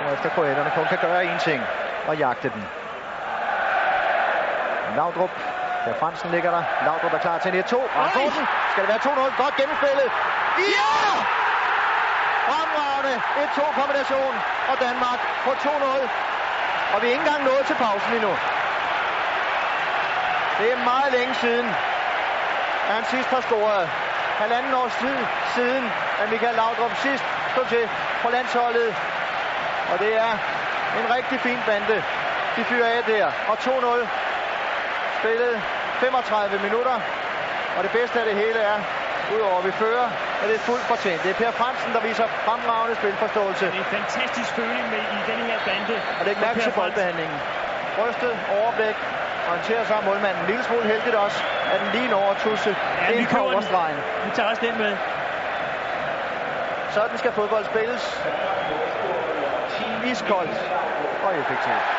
Efter kroaterne kun kan gøre én ting og jagte den. Laudrup. Per Fransen ligger der. Laudrup er klar til 1-2. Og den. Skal det være 2-0? Godt gennemspillet. Ja! Fremragende 1-2 kombination. Og Danmark på 2-0. Og vi er ikke engang nået til pausen endnu. Det er meget længe siden, at han sidst har scoret. 1,5 års tid siden, at Michael Laudrup sidst stod til på landsholdet. Og det er en rigtig fin bande, de fyrer af der. Og 2-0. Spillet 35 minutter. Og det bedste af det hele er, udover at vi fører, at det er fuldt fortjent. Det er Per Fransen, der viser fremragende spilforståelse. Det er en fantastisk føling med i denne her bande. Og det er mærke til boldbehandlingen. Rystet, overblik, orienterer sig om målmanden. En lille smule heldigt også, at den lige når at tusse ind på overstregen. Vi tager også den med. Sådan skal fodbold spilles. Iskoldt og effektivt.